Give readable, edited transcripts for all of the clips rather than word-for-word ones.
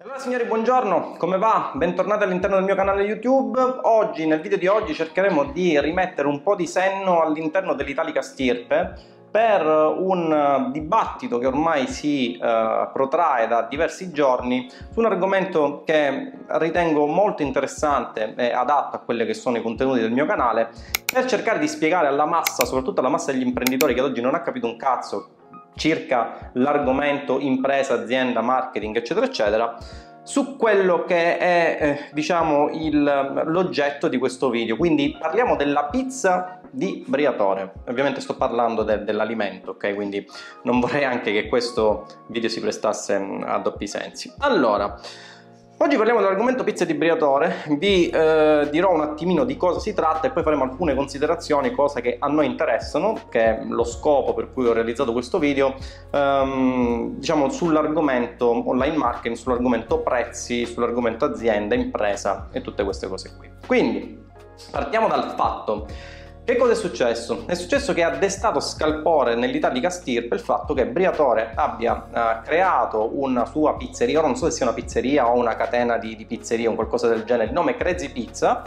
Allora signori, buongiorno, come va? Bentornati all'interno del mio canale YouTube. Oggi, nel video di oggi, cercheremo di rimettere un po' di senno all'interno dell'Italica Stirpe per un dibattito che ormai si protrae da diversi giorni su un argomento che ritengo molto interessante e adatto a quelli che sono i contenuti del mio canale, per cercare di spiegare alla massa, soprattutto alla massa degli imprenditori che ad oggi non ha capito un cazzo circa l'argomento impresa, azienda, marketing, eccetera eccetera, su quello che è diciamo l'oggetto di questo video. Quindi parliamo della pizza di Briatore. Ovviamente sto parlando dell'alimento, ok? Quindi non vorrei anche che questo video si prestasse a doppi sensi. Allora, oggi parliamo dell'argomento pizza di Briatore, vi dirò un attimino di cosa si tratta e poi faremo alcune considerazioni, cose che a noi interessano, che è lo scopo per cui ho realizzato questo video, diciamo sull'argomento online marketing, sull'argomento prezzi, sull'argomento azienda, impresa e tutte queste cose qui. Quindi partiamo dal fatto. Che cosa è successo? È successo che ha destato scalpore nell'Italica Stirpe il fatto che Briatore abbia creato una sua pizzeria. Ora non so se sia una pizzeria o una catena di pizzeria o qualcosa del genere, il nome è Crazy Pizza,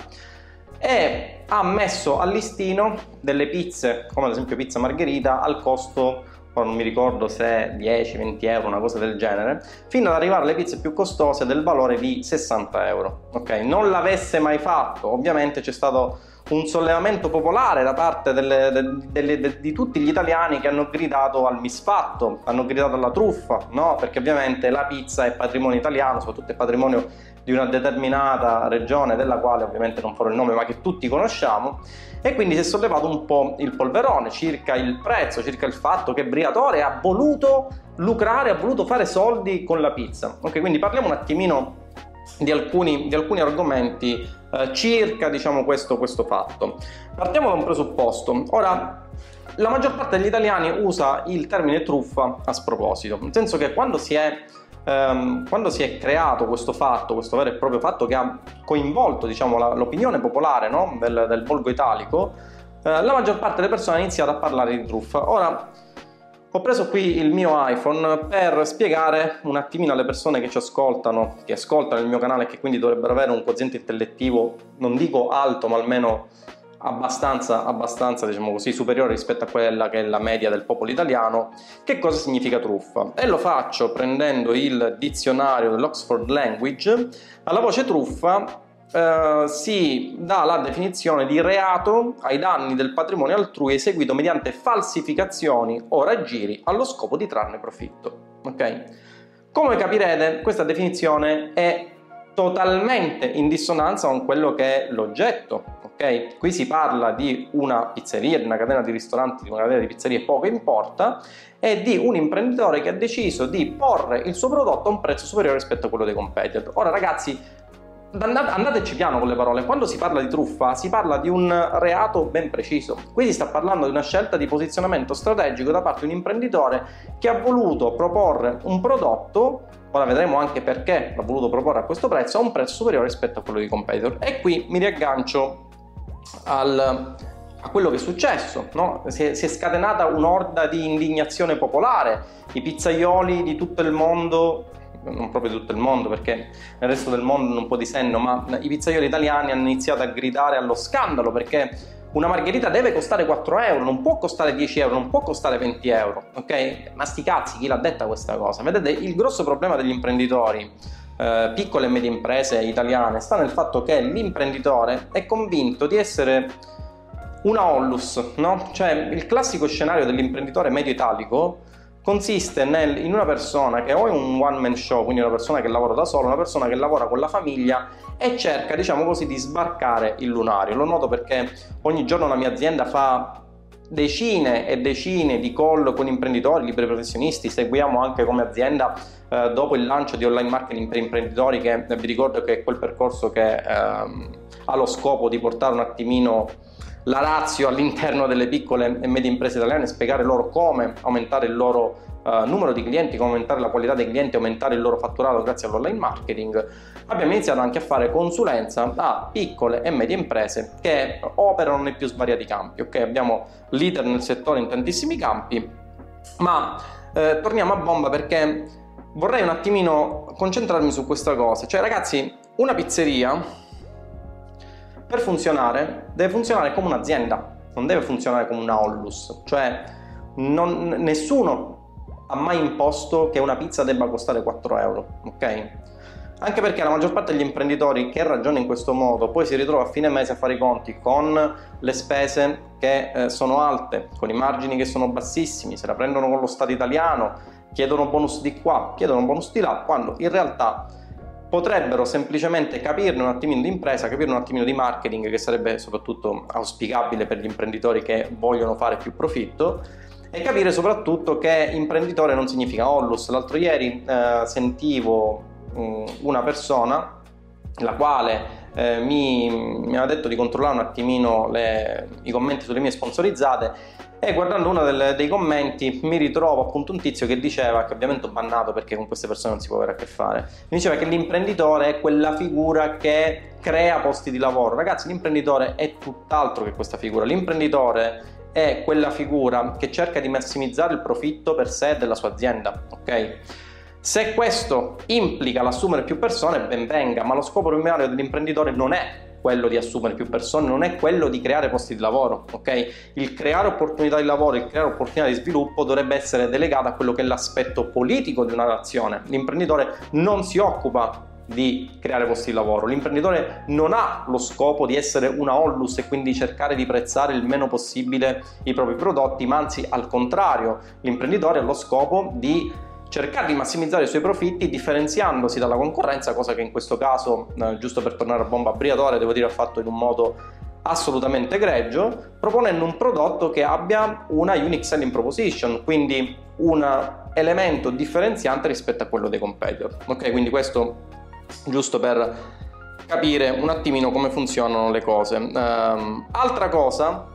e ha messo a listino delle pizze, come ad esempio pizza margherita, al costo, ora non mi ricordo se 10-20 euro, una cosa del genere, fino ad arrivare alle pizze più costose del valore di 60 euro. Ok, non l'avesse mai fatto, ovviamente c'è stato un sollevamento popolare da parte di tutti gli italiani che hanno gridato al misfatto, hanno gridato alla truffa, no? Perché ovviamente la pizza è patrimonio italiano, soprattutto è patrimonio di una determinata regione, della quale ovviamente non farò il nome, ma che tutti conosciamo, e quindi si è sollevato un po' il polverone circa il prezzo, circa il fatto che Briatore ha voluto lucrare, ha voluto fare soldi con la pizza. Ok, quindi parliamo un attimino di alcuni argomenti circa, diciamo, questo fatto. Partiamo da un presupposto. Ora, la maggior parte degli italiani usa il termine truffa a sproposito, nel senso che quando si è creato questo fatto, questo vero e proprio fatto che ha coinvolto, diciamo, l'opinione popolare, no? del volgo italico, la maggior parte delle persone ha iniziato a parlare di truffa. Ora, ho preso qui il mio iPhone per spiegare un attimino alle persone che ci ascoltano, che ascoltano il mio canale e che quindi dovrebbero avere un quoziente intellettivo, non dico alto, ma almeno abbastanza, diciamo così, superiore rispetto a quella che è la media del popolo italiano, che cosa significa truffa. E lo faccio prendendo il dizionario dell'Oxford Language. Alla voce truffa si dà la definizione di reato ai danni del patrimonio altrui eseguito mediante falsificazioni o raggiri allo scopo di trarne profitto. Ok? Come capirete, questa definizione è totalmente in dissonanza con quello che è l'oggetto. Ok? Qui si parla di una pizzeria, di una catena di ristoranti, di una catena di pizzerie, poco importa, e di un imprenditore che ha deciso di porre il suo prodotto a un prezzo superiore rispetto a quello dei competitor. Ora ragazzi, andateci piano con le parole. Quando si parla di truffa si parla di un reato ben preciso. Qui si sta parlando di una scelta di posizionamento strategico da parte di un imprenditore che ha voluto proporre un prodotto, ora vedremo anche perché l'ha voluto proporre a questo prezzo, a un prezzo superiore rispetto a quello dei competitor. E qui mi riaggancio a quello che è successo, no? Si è scatenata un'orda di indignazione popolare. I pizzaioli di tutto il mondo, non proprio di tutto il mondo perché nel resto del mondo non un po' di senno, ma i pizzaioli italiani hanno iniziato a gridare allo scandalo, perché una margherita deve costare 4 euro, non può costare 10 euro, non può costare 20 euro, ok? Ma sti cazzi, chi l'ha detta questa cosa? Vedete, il grosso problema degli imprenditori, piccole e medie imprese italiane, sta nel fatto che l'imprenditore è convinto di essere una onlus, no? Cioè il classico scenario dell'imprenditore medio italico consiste in una persona che o è un one man show, quindi una persona che lavora da sola, una persona che lavora con la famiglia e cerca, diciamo così, di sbarcare il lunario. Lo noto perché ogni giorno la mia azienda fa decine e decine di call con imprenditori, liberi professionisti. Seguiamo anche come azienda dopo il lancio di online marketing per imprenditori, che vi ricordo che è quel percorso che ha lo scopo di portare un attimino la ratio all'interno delle piccole e medie imprese italiane e spiegare loro come aumentare il loro numero di clienti, come aumentare la qualità dei clienti, aumentare il loro fatturato grazie all'online marketing. Abbiamo iniziato anche a fare consulenza a piccole e medie imprese che operano nei più svariati campi. Ok, abbiamo leader nel settore in tantissimi campi, ma torniamo a bomba perché vorrei un attimino concentrarmi su questa cosa. Cioè ragazzi, una pizzeria per funzionare deve funzionare come un'azienda, non deve funzionare come una Ollus. Cioè nessuno ha mai imposto che una pizza debba costare 4 euro, ok? Anche perché la maggior parte degli imprenditori che ragiona in questo modo poi si ritrova a fine mese a fare i conti con le spese che sono alte, con i margini che sono bassissimi, se la prendono con lo Stato italiano, chiedono bonus di qua, chiedono bonus di là, quando in realtà potrebbero semplicemente capirne un attimino di impresa, capire un attimino di marketing, che sarebbe soprattutto auspicabile per gli imprenditori che vogliono fare più profitto, e capire soprattutto che imprenditore non significa Ollus. L'altro ieri sentivo una persona la quale mi aveva detto di controllare un attimino i commenti sulle mie sponsorizzate, e guardando uno dei commenti mi ritrovo appunto un tizio che diceva, che ovviamente ho bannato perché con queste persone non si può avere a che fare, mi diceva che l'imprenditore è quella figura che crea posti di lavoro. Ragazzi, l'imprenditore è tutt'altro che questa figura. L'imprenditore è quella figura che cerca di massimizzare il profitto per sé e della sua azienda, ok? Se questo implica l'assumere più persone, ben venga, ma lo scopo primario dell'imprenditore non è quello di assumere più persone, non è quello di creare posti di lavoro, ok? Il creare opportunità di lavoro, il creare opportunità di sviluppo dovrebbe essere delegato a quello che è l'aspetto politico di una nazione. L'imprenditore non si occupa di creare posti di lavoro, l'imprenditore non ha lo scopo di essere una Ollus e quindi cercare di prezzare il meno possibile i propri prodotti, ma anzi al contrario, l'imprenditore ha lo scopo di cercare di massimizzare i suoi profitti differenziandosi dalla concorrenza, cosa che in questo caso, giusto per tornare a bomba a Briatore, devo dire ha fatto in un modo assolutamente egregio, proponendo un prodotto che abbia una unique selling proposition, quindi un elemento differenziante rispetto a quello dei competitor, ok? Quindi questo giusto per capire un attimino come funzionano le cose. Altra cosa,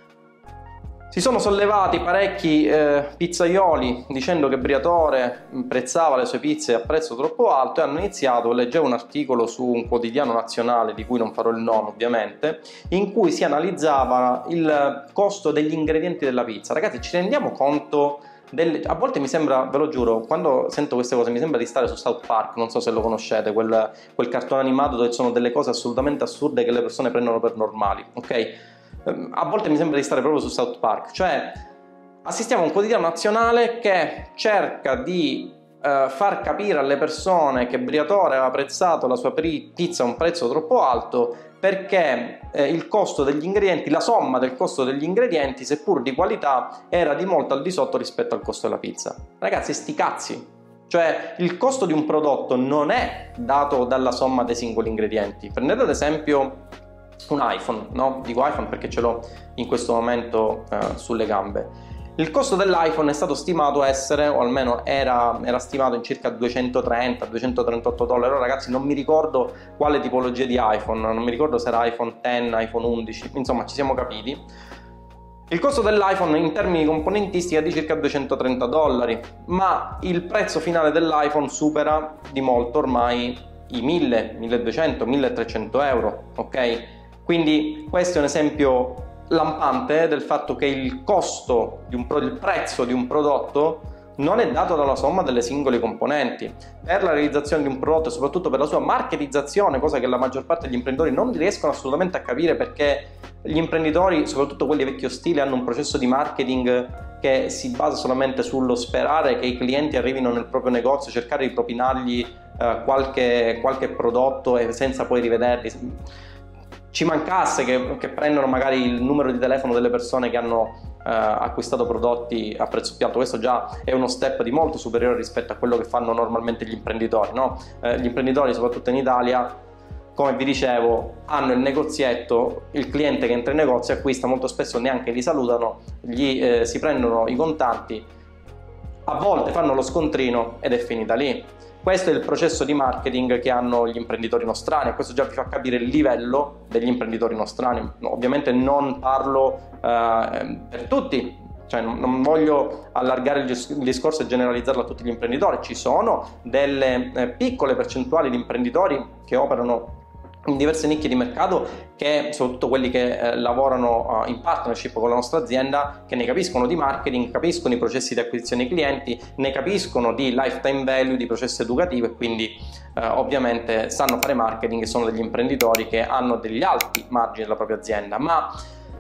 si sono sollevati parecchi pizzaioli dicendo che Briatore prezzava le sue pizze a prezzo troppo alto, e hanno iniziato, leggevo un articolo su un quotidiano nazionale di cui non farò il nome ovviamente, in cui si analizzava il costo degli ingredienti della pizza. Ragazzi, ci rendiamo conto a volte mi sembra, ve lo giuro, quando sento queste cose mi sembra di stare su South Park, non so se lo conoscete, quel cartone animato dove ci sono delle cose assolutamente assurde che le persone prendono per normali, ok? A volte mi sembra di stare proprio su South Park, cioè assistiamo a un quotidiano nazionale che cerca di far capire alle persone che Briatore aveva prezzato la sua pizza a un prezzo troppo alto perché il costo degli ingredienti, la somma del costo degli ingredienti, seppur di qualità, era di molto al di sotto rispetto al costo della pizza. Ragazzi, sti cazzi! Cioè, il costo di un prodotto non è dato dalla somma dei singoli ingredienti. Prendete ad esempio un iPhone, no? Dico iPhone perché ce l'ho in questo momento sulle gambe. Il costo dell'iPhone è stato stimato essere, o almeno era stimato in circa $230-238. Ora ragazzi, non mi ricordo quale tipologia di iPhone, non mi ricordo se era iPhone X, iPhone 11, insomma ci siamo capiti. Il costo dell'iPhone in termini di componentistica è di circa $230, ma il prezzo finale dell'iPhone supera di molto ormai i 1000, 1200, 1300 euro, ok? Quindi questo è un esempio lampante del fatto che il costo il prezzo di un prodotto non è dato dalla somma delle singole componenti. Per la realizzazione di un prodotto e soprattutto per la sua marketizzazione, cosa che la maggior parte degli imprenditori non riescono assolutamente a capire, perché gli imprenditori, soprattutto quelli vecchio stile, hanno un processo di marketing che si basa solamente sullo sperare che i clienti arrivino nel proprio negozio, cercare di propinargli qualche prodotto e senza poi rivederli. Ci mancasse che prendono magari il numero di telefono delle persone che hanno acquistato prodotti a prezzo più alto. Questo già è uno step di molto superiore rispetto a quello che fanno normalmente gli imprenditori, no? Gli imprenditori, soprattutto in Italia, come vi dicevo, hanno il negozietto, il cliente che entra in negozio acquista, molto spesso neanche li salutano, si prendono i contanti, a volte fanno lo scontrino ed è finita lì. Questo è il processo di marketing che hanno gli imprenditori nostrani, e questo già vi fa capire il livello degli imprenditori nostrani. Ovviamente non parlo per tutti, cioè non voglio allargare il discorso e generalizzarlo a tutti gli imprenditori. Ci sono delle piccole percentuali di imprenditori che operano in diverse nicchie di mercato, che soprattutto quelli che lavorano in partnership con la nostra azienda, che ne capiscono di marketing, capiscono i processi di acquisizione dei clienti, ne capiscono di lifetime value, di processo educativo, e quindi ovviamente sanno fare marketing, e sono degli imprenditori che hanno degli alti margini della propria azienda. Ma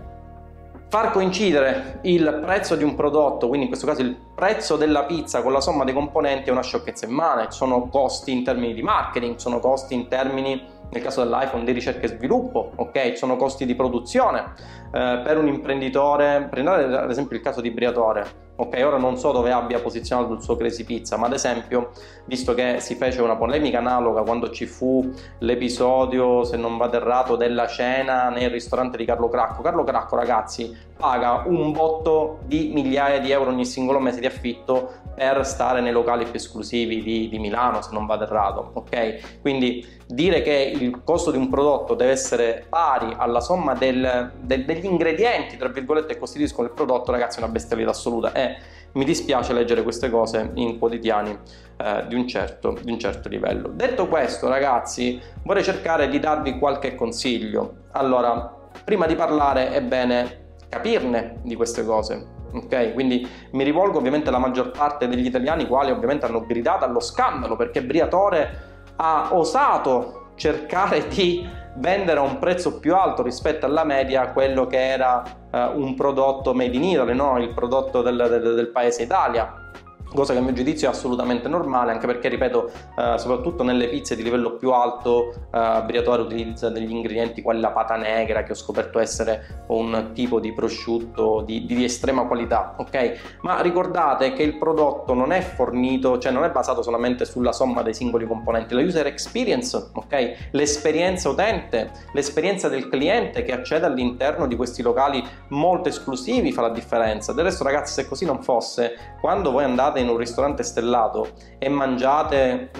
far coincidere il prezzo di un prodotto, quindi in questo caso il prezzo della pizza, con la somma dei componenti è una sciocchezza immane. Sono costi in termini di marketing, sono costi in termini, nel caso dell'iPhone, di ricerca e sviluppo, ok? Sono costi di produzione. Per un imprenditore, prendete ad esempio il caso di Briatore, ok? Ora non so dove abbia posizionato il suo Crazy Pizza, ma ad esempio, visto che si fece una polemica analoga quando ci fu l'episodio, se non vado errato, della cena nel ristorante di Carlo Cracco. Carlo Cracco, ragazzi, paga un botto di migliaia di euro ogni singolo mese di affitto per stare nei locali più esclusivi di Milano, se non vado errato, ok? Quindi dire che il costo di un prodotto deve essere pari alla somma degli ingredienti, tra virgolette, che costituiscono il prodotto, ragazzi, è una bestialità assoluta, e mi dispiace leggere queste cose in quotidiani di un certo livello. Detto questo, ragazzi, vorrei cercare di darvi qualche consiglio. Allora, prima di parlare è bene capirne di queste cose. Ok, quindi mi rivolgo ovviamente alla maggior parte degli italiani, quali ovviamente hanno gridato allo scandalo perché Briatore ha osato cercare di vendere a un prezzo più alto rispetto alla media quello che era un prodotto made in Italy, no? Il prodotto del paese Italia. Cosa che a mio giudizio è assolutamente normale, anche perché, ripeto, soprattutto nelle pizze di livello più alto, Briatore utilizza degli ingredienti quali la pata negra, che ho scoperto essere un tipo di prosciutto di estrema qualità, ok? Ma ricordate che il prodotto non è fornito, cioè non è basato solamente sulla somma dei singoli componenti, la user experience, ok? L'esperienza utente, l'esperienza del cliente che accede all'interno di questi locali molto esclusivi fa la differenza. Del resto, ragazzi, se così non fosse, quando voi andate in un ristorante stellato e mangiate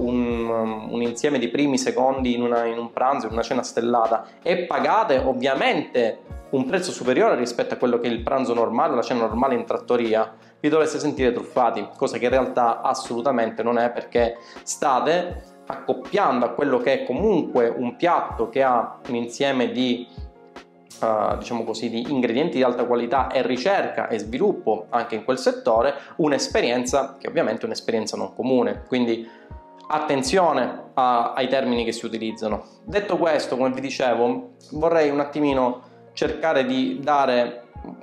un insieme di primi, secondi in un pranzo, in una cena stellata, e pagate ovviamente un prezzo superiore rispetto a quello che è il pranzo normale, la cena normale in trattoria, vi dovreste sentire truffati, cosa che in realtà assolutamente non è, perché state accoppiando a quello che è comunque un piatto che ha un insieme di diciamo così, di ingredienti di alta qualità e ricerca e sviluppo anche in quel settore, un'esperienza che ovviamente è un'esperienza non comune. Quindi attenzione ai termini che si utilizzano. Detto questo, come vi dicevo, vorrei un attimino cercare di dare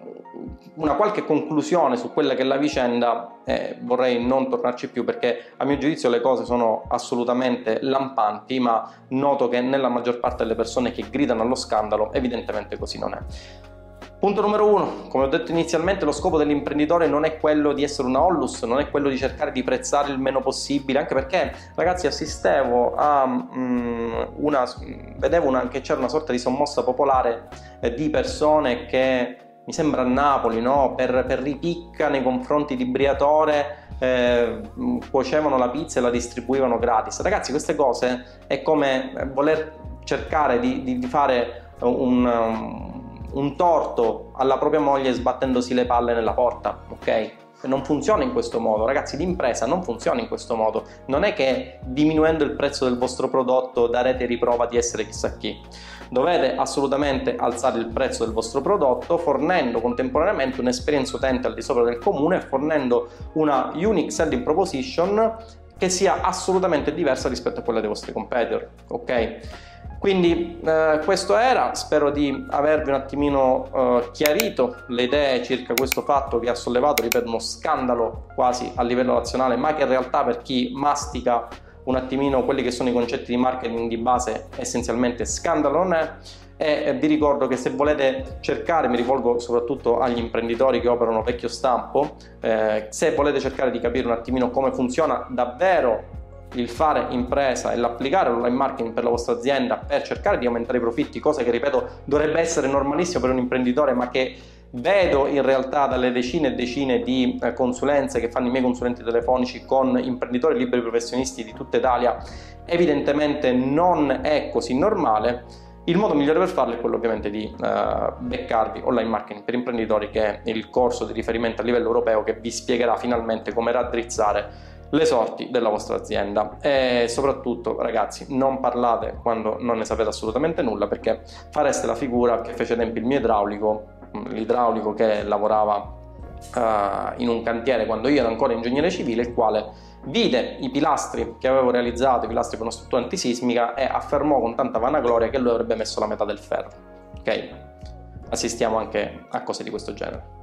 una qualche conclusione su quella che è la vicenda, vorrei non tornarci più, perché a mio giudizio le cose sono assolutamente lampanti, ma noto che nella maggior parte delle persone che gridano allo scandalo evidentemente così non è. Punto numero 1, come ho detto inizialmente, lo scopo dell'imprenditore non è quello di essere una Ollus, non è quello di cercare di prezzare il meno possibile, anche perché, ragazzi, assistevo a vedevo che c'era una sorta di sommossa popolare di persone che, mi sembra a Napoli, no? per ripicca nei confronti di Briatore, cuocevano la pizza e la distribuivano gratis. Ragazzi, queste cose è come voler cercare di fare un torto alla propria moglie sbattendosi le palle nella porta, ok? Non funziona in questo modo, ragazzi, l'impresa non funziona in questo modo. Non è che diminuendo il prezzo del vostro prodotto darete riprova di essere chissà chi. Dovete assolutamente alzare il prezzo del vostro prodotto, fornendo contemporaneamente un'esperienza utente al di sopra del comune, fornendo una unique selling proposition che sia assolutamente diversa rispetto a quella dei vostri competitor, ok? Quindi questo era, spero di avervi un attimino chiarito le idee circa questo fatto che ha sollevato, ripeto, uno scandalo quasi a livello nazionale, ma che in realtà, per chi mastica un attimino quelli che sono i concetti di marketing di base, essenzialmente scandalo non è. E vi ricordo che se volete cercare, mi rivolgo soprattutto agli imprenditori che operano vecchio stampo, se volete cercare di capire un attimino come funziona davvero il fare impresa e l'applicare l'online marketing per la vostra azienda per cercare di aumentare i profitti, cosa che, ripeto, dovrebbe essere normalissimo per un imprenditore, ma che vedo in realtà dalle decine e decine di consulenze che fanno i miei consulenti telefonici con imprenditori liberi professionisti di tutta Italia, evidentemente non è così normale. Il modo migliore per farlo è quello ovviamente di beccarvi Online Marketing per Imprenditori, che è il corso di riferimento a livello europeo che vi spiegherà finalmente come raddrizzare le sorti della vostra azienda. E soprattutto, ragazzi, non parlate quando non ne sapete assolutamente nulla, perché fareste la figura che fece ai tempi il mio idraulico, l'idraulico che lavorava in un cantiere quando io ero ancora ingegnere civile, il quale vide i pilastri che avevo realizzato, i pilastri per una struttura antisismica, e affermò con tanta vanagloria che lui avrebbe messo la metà del ferro. Ok? Assistiamo anche a cose di questo genere.